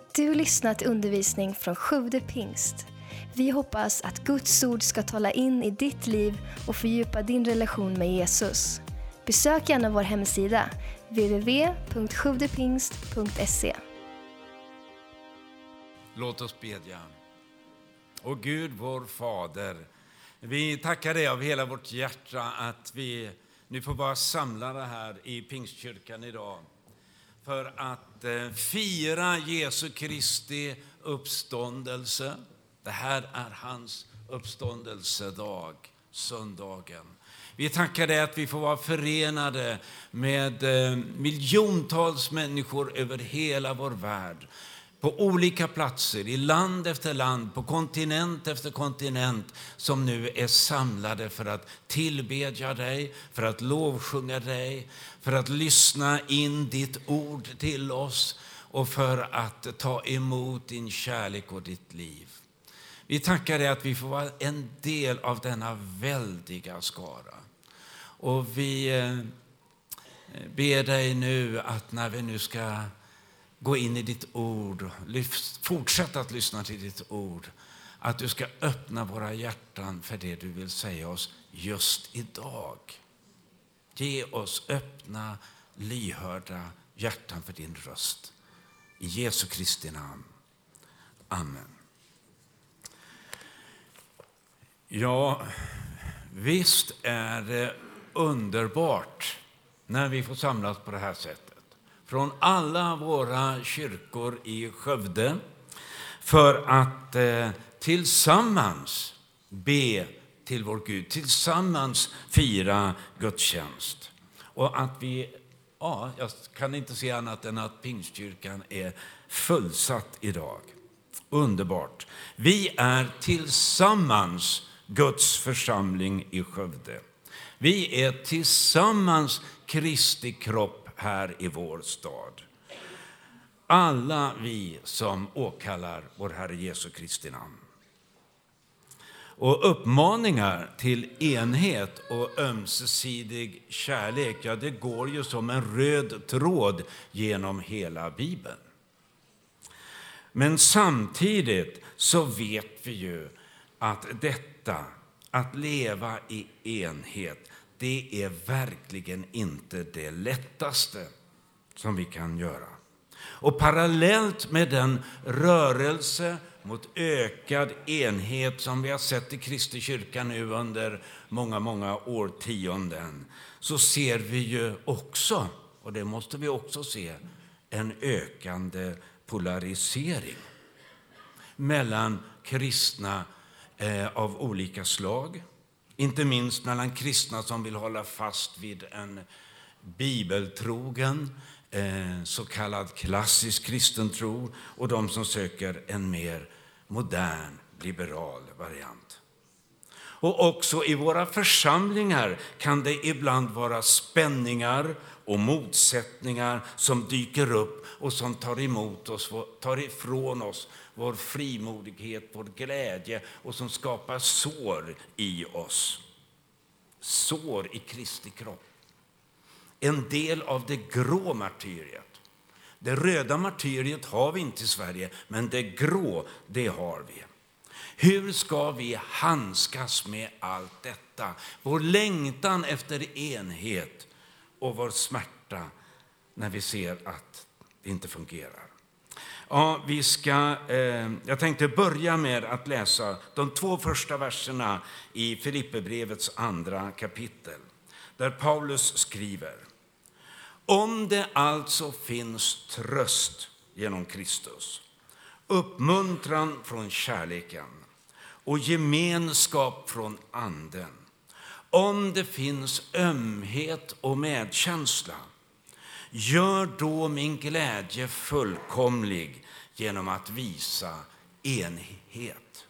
Du har lyssnat till undervisning från Sjude Pingst. Vi hoppas att Guds ord ska tala in i ditt liv och fördjupa din relation med Jesus. Besök gärna vår hemsida, www.sjuvdepingst.se. Låt oss bedja. Och Gud, vår Fader, vi tackar dig av hela vårt hjärta att vi nu får vara samlade här i Pingstkyrkan idag. För att fira Jesu Kristi uppståndelse. Det här är hans uppståndelsedag, söndagen. Vi tackar dig att vi får vara förenade med miljontals människor över hela vår värld. På olika platser, i land efter land, på kontinent efter kontinent, som nu är samlade för att tillbedja dig, för att lovsjunga dig, för att lyssna in ditt ord till oss och för att ta emot din kärlek och ditt liv. Vi tackar dig att vi får vara en del av denna väldiga skara. Och vi ber dig nu att när vi nu ska gå in i ditt ord, fortsätta att lyssna till ditt ord, att du ska öppna våra hjärtan för det du vill säga oss just idag. Ge oss öppna, lyhörda hjärtan för din röst. I Jesu Kristi namn. Amen. Ja, visst är det underbart när vi får samlas på det här sättet. Från alla våra kyrkor i Skövde för att tillsammans be till vår Gud, tillsammans fira gudstjänst. Och att vi, jag kan inte se annat än att Pingstkyrkan är fullsatt idag. Underbart. Vi är tillsammans Guds församling i Skövde. Vi är tillsammans Kristi kropp här i vår stad. Alla vi som åkallar vår Herre Jesu Kristi namn. Och uppmaningar till enhet och ömsesidig kärlek, ja, det går ju som en röd tråd genom hela Bibeln. Men samtidigt så vet vi ju att detta, att leva i enhet, det är verkligen inte det lättaste som vi kan göra. Och parallellt med den rörelse mot ökad enhet som vi har sett i Kristi kyrka nu under många årtionden, så ser vi ju också, och det måste vi också se, en ökande polarisering mellan kristna av olika slag. Inte minst mellan kristna som vill hålla fast vid en bibeltrogen, så kallad klassisk kristen tro, och de som söker en mer modern, liberal variant. Och också i våra församlingar kan det ibland vara spänningar och motsättningar som dyker upp och som tar ifrån oss vår frimodighet, vår glädje, och som skapar sår i oss. Sår i Kristi kropp. En del av det grå martyriet. Det röda martyriet har vi inte i Sverige, men det grå, det har vi. Hur ska vi handskas med allt detta? Vår längtan efter enhet och vår smärta när vi ser att det inte fungerar. Ja, jag tänkte börja med att läsa de 2 första verserna i Filipperbrevets 2 kapitel. Där Paulus skriver: Om det alltså finns tröst genom Kristus, uppmuntran från kärleken och gemenskap från anden, om det finns ömhet och medkänsla, gör då min glädje fullkomlig genom att visa enhet.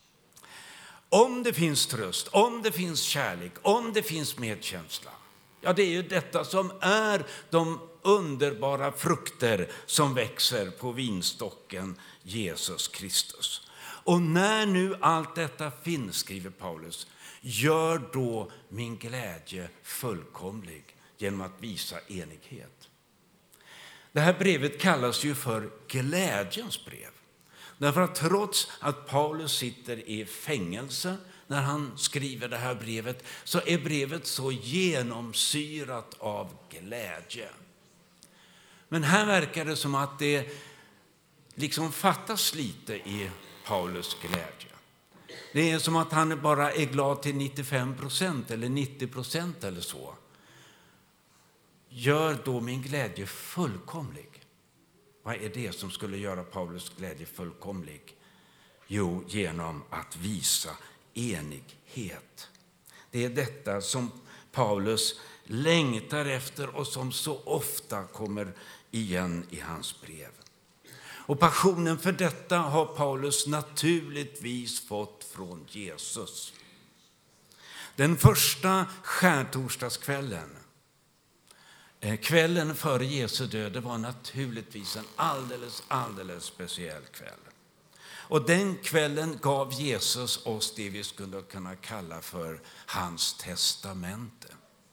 Om det finns tröst, om det finns kärlek, om det finns medkänsla. Ja, det är ju detta som är de underbara frukter som växer på vinstocken Jesus Kristus. Och när nu allt detta finns, skriver Paulus, gör då min glädje fullkomlig genom att visa enighet. Det här brevet kallas ju för glädjens brev. Därför att trots att Paulus sitter i fängelse när han skriver det här brevet, så är brevet så genomsyrat av glädje. Men här verkar det som att det liksom fattas lite i Paulus glädje. Det är som att han bara är glad till 95% eller 90% eller så. Gör då min glädje fullkomlig. Vad är det som skulle göra Paulus glädje fullkomlig? Jo, genom att visa enighet. Det är detta som Paulus längtar efter och som så ofta kommer igen i hans brev. Och passionen för detta har Paulus naturligtvis fått från Jesus. Den första skärtorsdagskvällen, kvällen före Jesu död, det var naturligtvis en alldeles speciell kväll. Och den kvällen gav Jesus oss det vi skulle kunna kalla för hans testamente.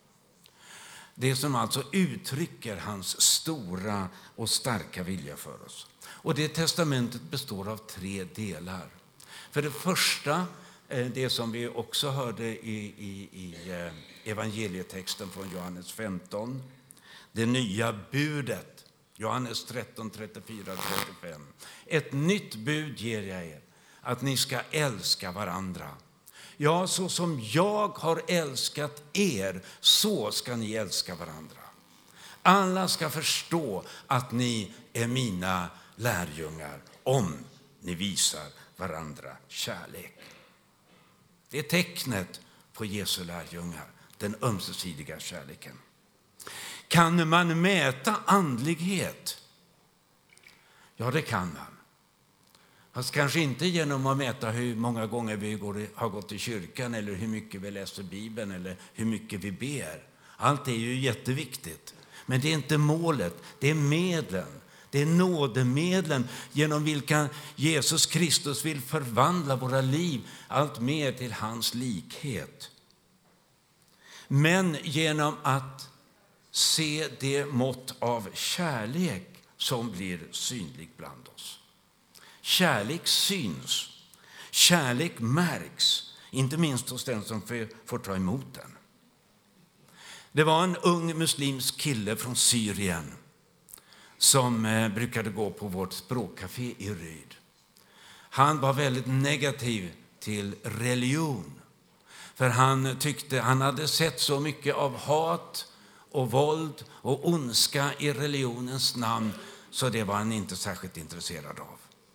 Det som alltså uttrycker hans stora och starka vilja för oss. Och det testamentet består av 3 delar. För det första, det som vi också hörde i evangelietexten från Johannes 15. Det nya budet, Johannes 13, 34, 35. Ett nytt bud ger jag er, att ni ska älska varandra. Ja, så som jag har älskat er, så ska ni älska varandra. Alla ska förstå att ni är mina lärjungar om ni visar varandra kärlek. Det är tecknet på Jesu lärjungar, den ömsesidiga kärleken. Kan man mäta andlighet? Ja, det kan man. Fast kanske inte genom att mäta hur många gånger vi har gått till kyrkan eller hur mycket vi läser Bibeln eller hur mycket vi ber. Allt är ju jätteviktigt. Men det är inte målet, det är medlen. Det är nådemedlen genom vilka Jesus Kristus vill förvandla våra liv allt mer till hans likhet. Men genom att se det mått av kärlek som blir synlig bland oss. Kärlek syns. Kärlek märks, inte minst hos den som får ta emot den. Det var en ung muslimsk kille från Syrien som brukade gå på vårt språkcafé i Ryd. Han var väldigt negativ till religion. För han hade sett så mycket av hat och våld och ondska i religionens namn, så det var han inte särskilt intresserad av.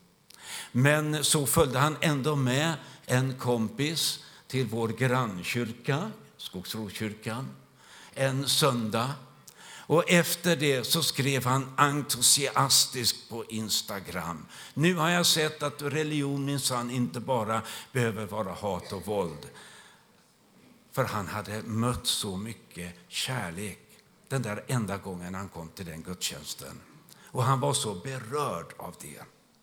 Men så följde han ändå med en kompis till vår grannkyrka, Skogsrokyrkan, en söndag. Och efter det så skrev han entusiastiskt på Instagram: nu har jag sett att religion minsann inte bara behöver vara hat och våld. För han hade mött så mycket kärlek den där enda gången han kom till den gudstjänsten. Och han var så berörd av det.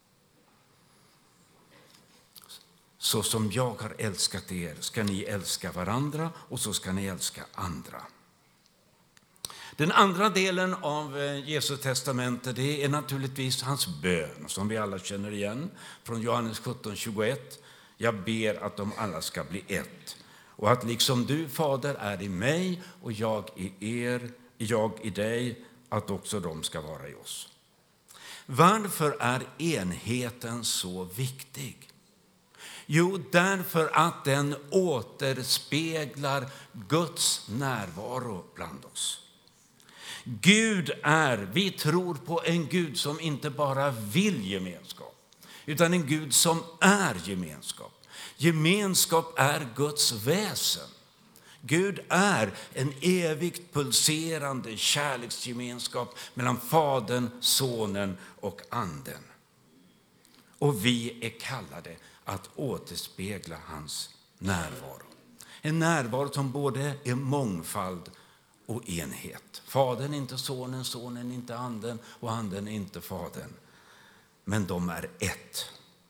Så som jag har älskat er ska ni älska varandra, och så ska ni älska andra. Den andra delen av Jesu testamente, det är naturligtvis hans bön som vi alla känner igen från Johannes 17:21. Jag ber att de alla ska bli ett, och att liksom du, Fader, är i mig och jag i er, jag i dig, att också de ska vara i oss. Varför är enheten så viktig? Jo, därför att den återspeglar Guds närvaro bland oss. Vi tror på en Gud som inte bara vill gemenskap, utan en Gud som är gemenskap. Gemenskap är Guds väsen. Gud är en evigt pulserande kärleksgemenskap mellan Fadern, Sonen och Anden. Och vi är kallade att återspegla hans närvaro. En närvaro som både är mångfald och enhet. Fadern är inte sonen, sonen är inte anden och anden är inte fadern. Men de är ett.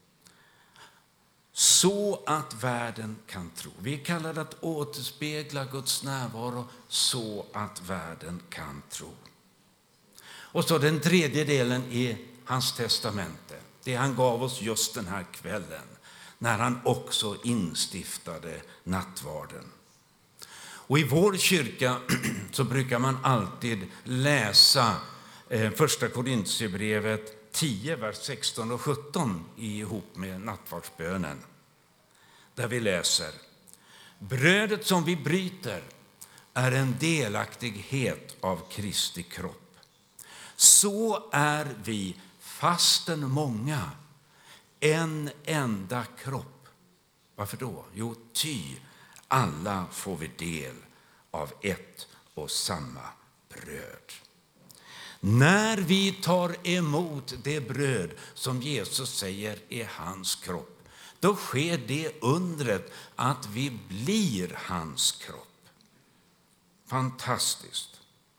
Så att världen kan tro. Vi kallar det att återspegla Guds närvaro så att världen kan tro. Och så den tredje delen i hans testamente. Det han gav oss just den här kvällen, när han också instiftade nattvarden. Och i vår kyrka så brukar man alltid läsa första Korintierbrevet 10, vers 16 och 17 ihop med nattvardsbönen. Där vi läser: brödet som vi bryter är en delaktighet av Kristi kropp. Så är vi, fastän många, en enda kropp. Varför då? Jo, ty alla får vi del av ett och samma bröd. När vi tar emot det bröd som Jesus säger är hans kropp, då sker det undret att vi blir hans kropp. Fantastiskt.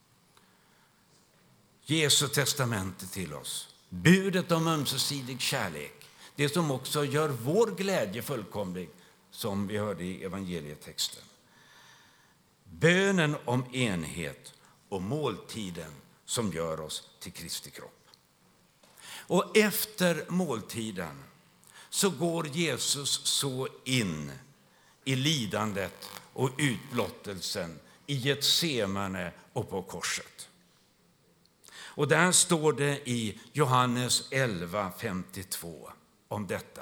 Jesu testamente till oss. Budet om ömsesidig kärlek. Det som också gör vår glädje fullkomlig, som vi hörde i evangelietexten. Bönen om enhet och måltiden som gör oss till Kristi kropp. Och efter måltiden så går Jesus så in i lidandet och utblottelsen i Getsemane och på korset. Och där står det i Johannes 11:52 om detta.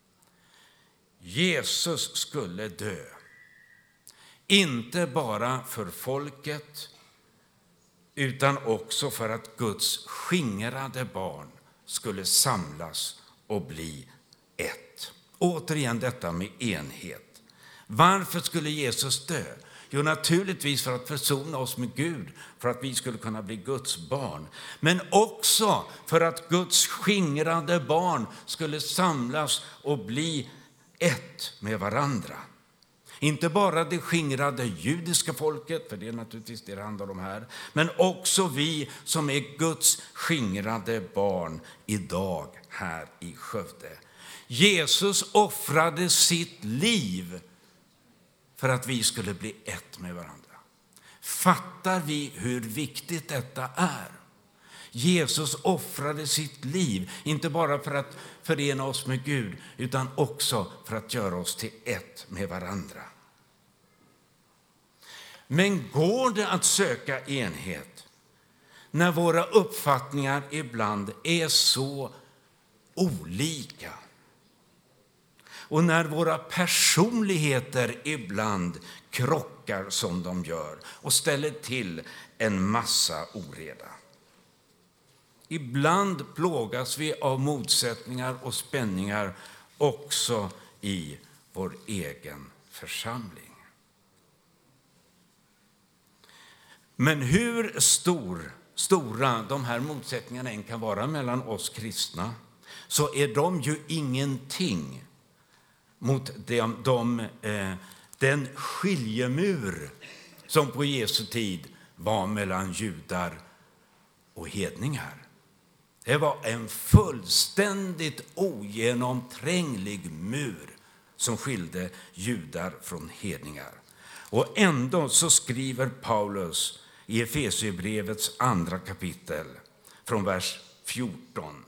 Jesus skulle dö, inte bara för folket utan också för att Guds skingrade barn skulle samlas och bli ett. Återigen detta med enhet. Varför skulle Jesus dö? Jo, naturligtvis för att försona oss med Gud, för att vi skulle kunna bli Guds barn. Men också för att Guds skingrade barn skulle samlas och bli ett med varandra. Inte bara det skingrade judiska folket, för det är naturligtvis det handlar om här, men också vi som är Guds skingrade barn idag här i Skövde. Jesus offrade sitt liv för att vi skulle bli ett med varandra. Fattar vi hur viktigt detta är? Jesus offrade sitt liv, inte bara för att förena oss med Gud, utan också för att göra oss till ett med varandra. Men går det att söka enhet när våra uppfattningar ibland är så olika? Och när våra personligheter ibland krockar som de gör och ställer till en massa oreda. Ibland plågas vi av motsättningar och spänningar också i vår egen församling. Men hur stora de här motsättningarna än kan vara mellan oss kristna, så är de ju ingenting mot den skiljemur som på Jesu tid var mellan judar och hedningar. Det var en fullständigt ogenomtränglig mur som skilde judar från hedningar. Och ändå så skriver Paulus i Efesierbrevets 2 kapitel från vers 14.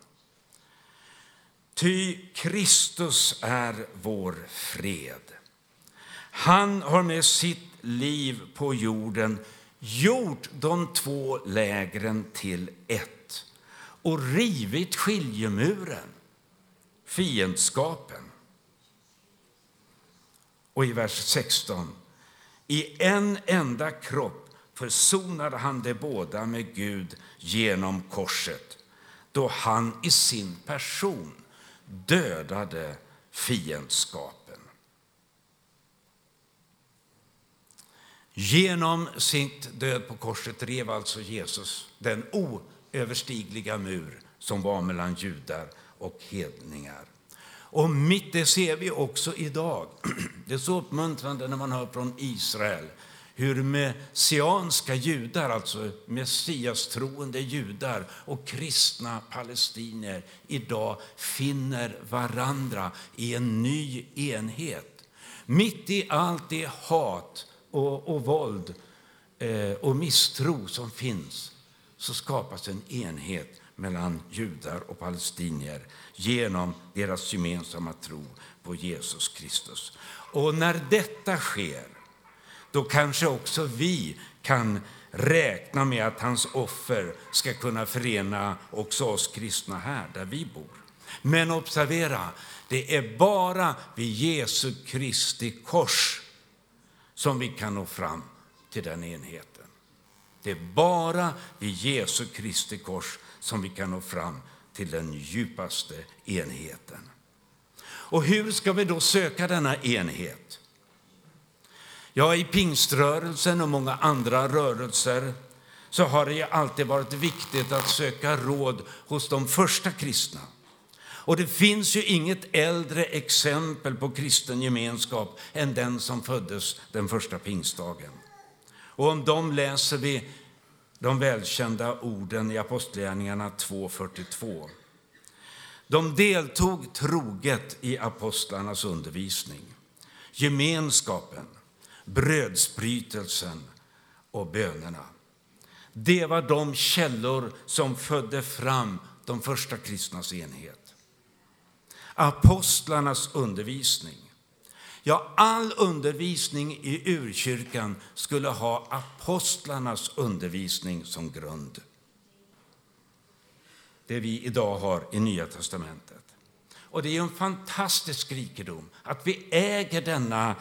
Ty Kristus är vår fred. Han har med sitt liv på jorden gjort de två lägren till ett och rivit skiljemuren, fiendskapen. Och i vers 16. I en enda kropp försonade han de båda med Gud genom korset, då han i sin person dödade fiendskapen. Genom sitt död på korset rev alltså Jesus den oöverstigliga mur som var mellan judar och hedningar. Och mitt det ser vi också idag. Det är så uppmuntrande när man hör från Israel hur messianska judar, alltså messiastroende judar och kristna palestinier idag finner varandra i en ny enhet. Mitt i allt det hat och våld och misstro som finns, så skapas en enhet mellan judar och palestinier genom deras gemensamma tro på Jesus Kristus. Och när detta sker, då kanske också vi kan räkna med att hans offer ska kunna förena också oss kristna här där vi bor. Men observera, det är bara vid Jesu Kristi kors som vi kan nå fram till den enheten. Det är bara vid Jesu Kristi kors som vi kan nå fram till den djupaste enheten. Och hur ska vi då söka denna enhet? Ja, i pingströrelsen och många andra rörelser så har det ju alltid varit viktigt att söka råd hos de första kristna. Och det finns ju inget äldre exempel på kristen gemenskap än den som föddes den första pingstdagen. Och om dem läser vi de välkända orden i Apostlagärningarna 2:42. De deltog troget i apostlarnas undervisning, gemenskapen, brödsbrytelsen och bönerna. Det var de källor som födde fram de första kristnas enhet. Apostlarnas undervisning. Ja, all undervisning i urkyrkan skulle ha apostlarnas undervisning som grund. Det vi idag har i Nya testamentet. Och det är en fantastisk rikedom att vi äger denna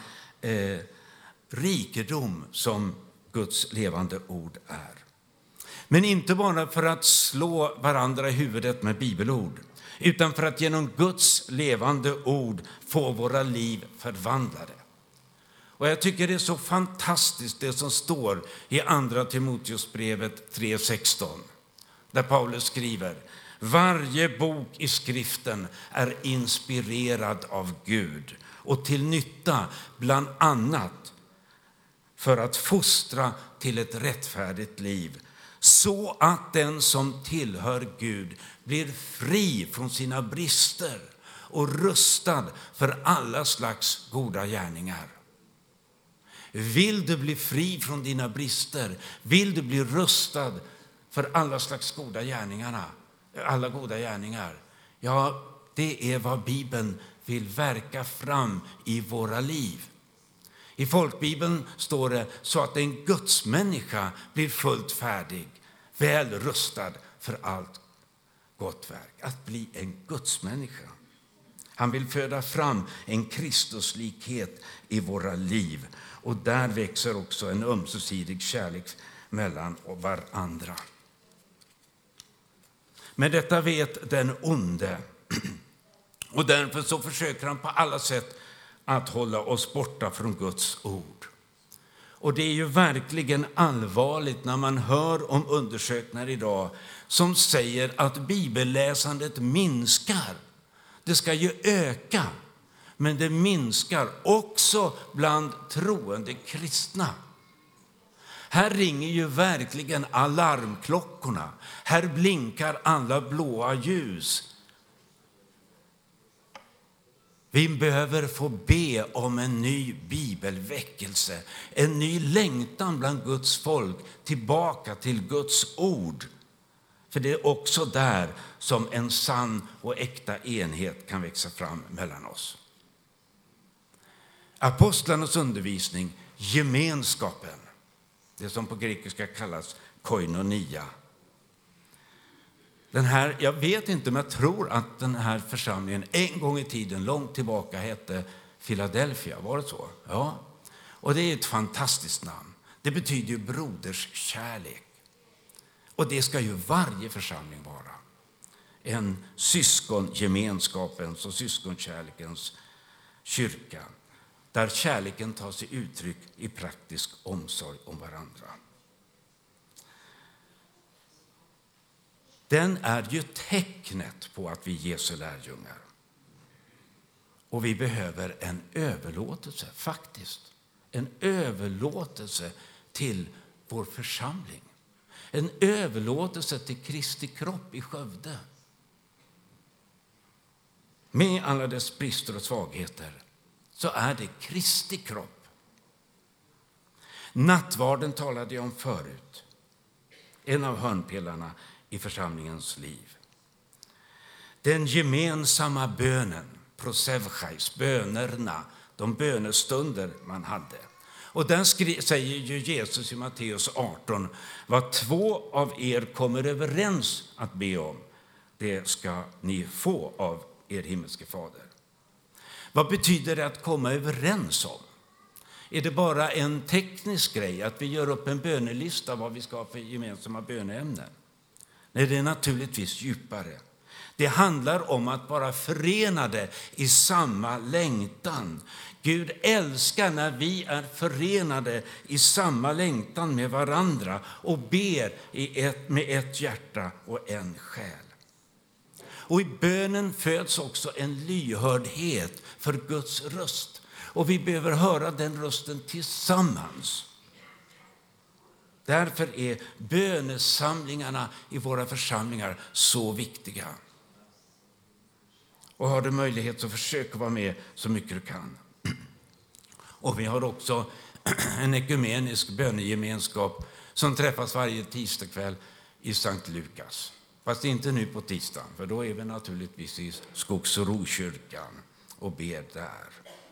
rikedom som Guds levande ord är. Men inte bara för att slå varandra i huvudet med bibelord, utan för att genom Guds levande ord få våra liv förvandlade. Och jag tycker det är så fantastiskt det som står i andra Timoteusbrevet 3:16. Där Paulus skriver: varje bok i skriften är inspirerad av Gud och till nytta bland annat för att fostra till ett rättfärdigt liv, så att den som tillhör Gud blir fri från sina brister och rustad för alla slags goda gärningar. Vill du bli fri från dina brister? Vill du bli rustad för alla slags goda gärningar? Ja, det är vad Bibeln vill verka fram i våra liv. I folkbibeln står det så att en gudsmänniska blir fullt färdig, väl rustad för allt gott verk. Att bli en gudsmänniska. Han vill föda fram en Kristuslikhet i våra liv. Och där växer också en ömsesidig kärlek mellan varandra. Men detta vet den onde. Och därför så försöker han på alla sätt att hålla oss borta från Guds ord. Och det är ju verkligen allvarligt när man hör om undersökningar idag som säger att bibelläsandet minskar. Det ska ju öka, men det minskar också bland troende kristna. Här ringer ju verkligen alarmklockorna. Här blinkar alla blåa ljus. Vi behöver få be om en ny bibelväckelse, en ny längtan bland Guds folk tillbaka till Guds ord. För det är också där som en sann och äkta enhet kan växa fram mellan oss. Apostlarnas undervisning, gemenskapen, det som på grekiska kallas koinonia. Jag vet inte, men jag tror att den här församlingen en gång i tiden, långt tillbaka, hette Philadelphia. Var det så? Ja. Och det är ett fantastiskt namn. Det betyder ju broders kärlek. Och det ska ju varje församling vara. En syskongemenskapens och syskonkärlekens kyrka. Där kärleken tar sig uttryck i praktisk omsorg om varandra. Den är ju tecknet på att vi är Jesu lärjungar. Och vi behöver en överlåtelse, faktiskt. En överlåtelse till vår församling. En överlåtelse till Kristi kropp i Skövde. Med alla dess brister och svagheter så är det Kristi kropp. Nattvarden talade jag om förut. en av hörnpelarna i församlingens liv. Den gemensamma bönen, prosevchais, bönerna, de bönestunder man hade. Och där säger ju Jesus i Matteus 18, vad 2 av er kommer överens att be om, det ska ni få av er himmelske fader. Vad betyder det att komma överens om? Är det bara en teknisk grej att vi gör upp en bönelista vad vi ska ha för gemensamma böneämnen? Nej, det är naturligtvis djupare. Det handlar om att vara förenade i samma längtan. Gud älskar när vi är förenade i samma längtan med varandra och ber med ett hjärta och en själ. Och i bönen föds också en lyhördhet för Guds röst. Och vi behöver höra den rösten tillsammans. Därför är bönesamlingarna i våra församlingar så viktiga. Och har du möjlighet så försök att vara med så mycket du kan. Och vi har också en ekumenisk bönegemenskap som träffas varje tisdagkväll i Sankt Lukas. Fast inte nu på tisdagen, för då är vi naturligtvis i Skogs- och Rokyrkan och ber där.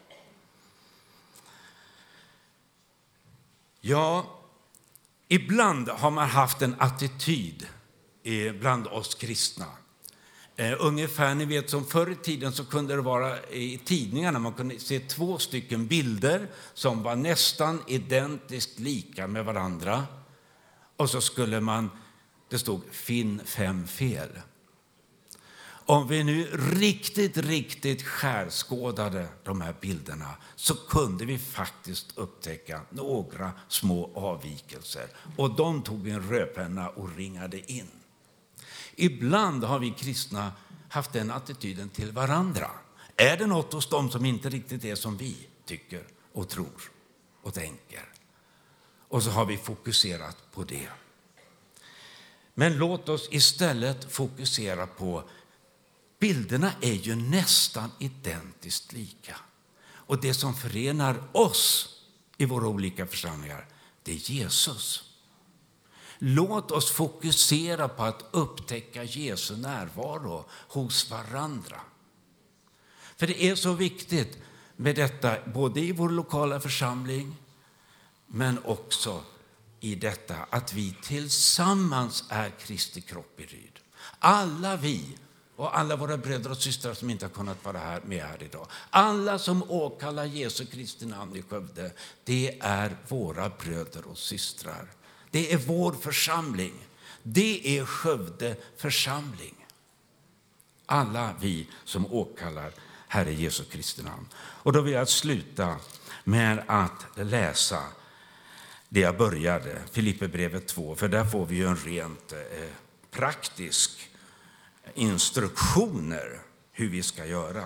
Ja, ibland har man haft en attityd bland oss kristna. Ungefär, ni vet, som förr i tiden så kunde det vara i tidningarna, man kunde se 2 stycken bilder som var nästan identiskt lika med varandra. Och så skulle det stod finn 5 fel. Om vi nu riktigt skärskådade de här bilderna så kunde vi faktiskt upptäcka några små avvikelser. Och de tog en rödpenna och ringade in. Ibland har vi kristna haft den attityden till varandra. Är det något hos dem som inte riktigt är som vi tycker och tror och tänker? Och så har vi fokuserat på det. Men låt oss istället fokusera på bilderna är ju nästan identiskt lika. Och det som förenar oss i våra olika församlingar, det är Jesus. Låt oss fokusera på att upptäcka Jesu närvaro hos varandra. För det är så viktigt med detta, både i vår lokala församling men också i detta att vi tillsammans är Kristi kropp i Ryd. Alla vi och alla våra bröder och systrar som inte har kunnat vara med här idag. Alla som åkallar Jesu Kristi namn i Skövde, det är våra bröder och systrar. Det är vår församling. Det är Skövde församling. Alla vi som åkallar Herre Jesu Kristi namn. Och då vill jag sluta med att läsa det jag började, Filipperbrevet 2. För där får vi ju en rent praktisk instruktioner hur vi ska göra.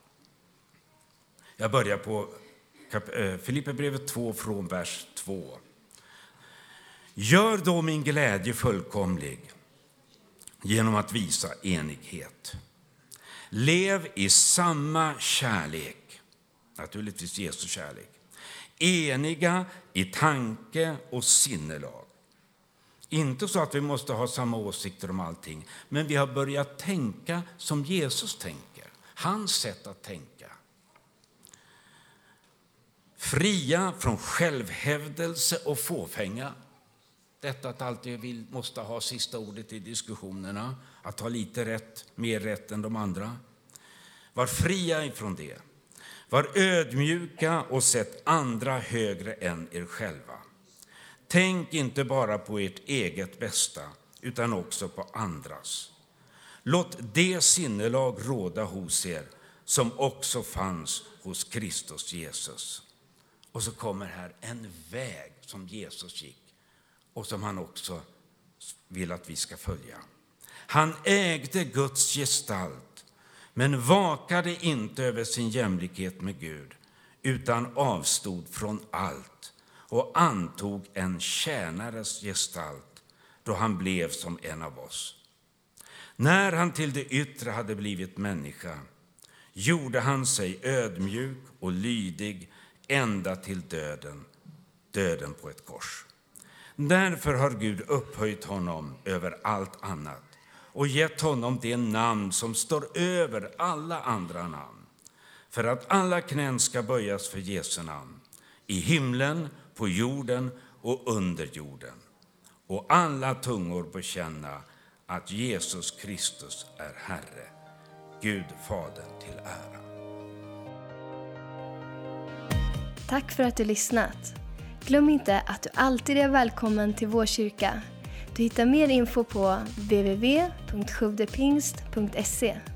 Jag börjar på Filipperbrevet 2 från vers 2. Gör då min glädje fullkomlig genom att visa enighet. Lev i samma kärlek, naturligtvis Jesu kärlek. Eniga i tanke och sinnelag. Inte så att vi måste ha samma åsikter om allting, men vi har börjat tänka som Jesus tänker. Hans sätt att tänka. Fria från självhävdelse och fåfänga. Detta att alltid vi måste ha sista ordet i diskussionerna. Att ha lite rätt, mer rätt än de andra. Var fria ifrån det. Var ödmjuka och sätt andra högre än er själva. Tänk inte bara på ert eget bästa utan också på andras. Låt det sinnelag råda hos er som också fanns hos Kristus Jesus. Och så kommer här en väg som Jesus gick och som han också vill att vi ska följa. Han ägde Guds gestalt men vakade inte över sin jämlikhet med Gud utan avstod från allt och antog en tjänares gestalt då han blev som en av oss. När han till det yttre hade blivit människa gjorde han sig ödmjuk och lydig ända till döden på ett kors. Därför har Gud upphöjt honom över allt annat och gett honom det namn som står över alla andra namn, för att alla knän ska böjas för Jesu namn, i himlen, på jorden och under jorden, och alla tungor bekänna att Jesus Kristus är Herre, Gud Fadern till ära. Tack för att du lyssnat. Glöm inte att du alltid är välkommen till vår kyrka. Du hittar mer info på www.sjuvdepingst.se.